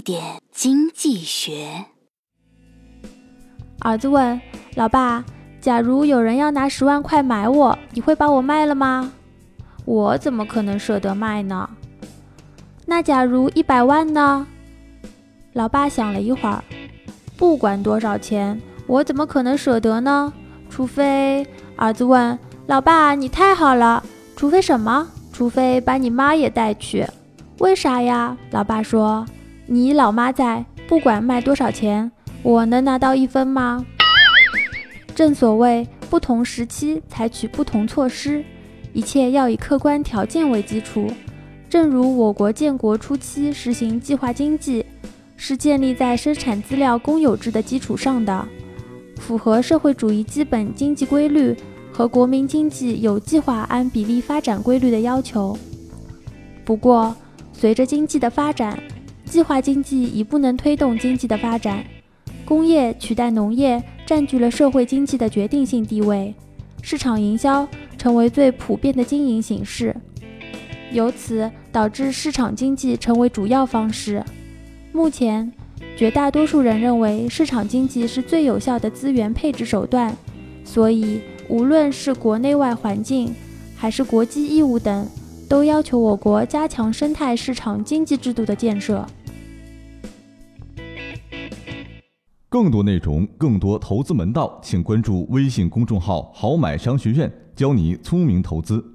点经济学。 儿子问老爸，假如有人要拿10万块买我，你会把我卖了吗？我怎么可能舍得卖呢？那假如100万呢？老爸想了一会儿，不管多少钱，我怎么可能舍得呢？除非……儿子问老爸，你太好了，除非什么？除非把你妈也带去。为啥呀？老爸说，你老妈在，不管卖多少钱，我能拿到1分吗？正所谓不同时期采取不同措施，一切要以客观条件为基础。正如我国建国初期实行计划经济，是建立在生产资料公有制的基础上的，符合社会主义基本经济规律和国民经济有计划按比例发展规律的要求。不过，随着经济的发展，计划经济已不能推动经济的发展，工业取代农业占据了社会经济的决定性地位，市场营销成为最普遍的经营形式，由此导致市场经济成为主要方式。目前，绝大多数人认为市场经济是最有效的资源配置手段，所以无论是国内外环境，还是国际义务等，都要求我国加强生态市场经济制度的建设。 更多内容，更多投资门道，请关注微信公众号“好买商学院”，教你聪明投资。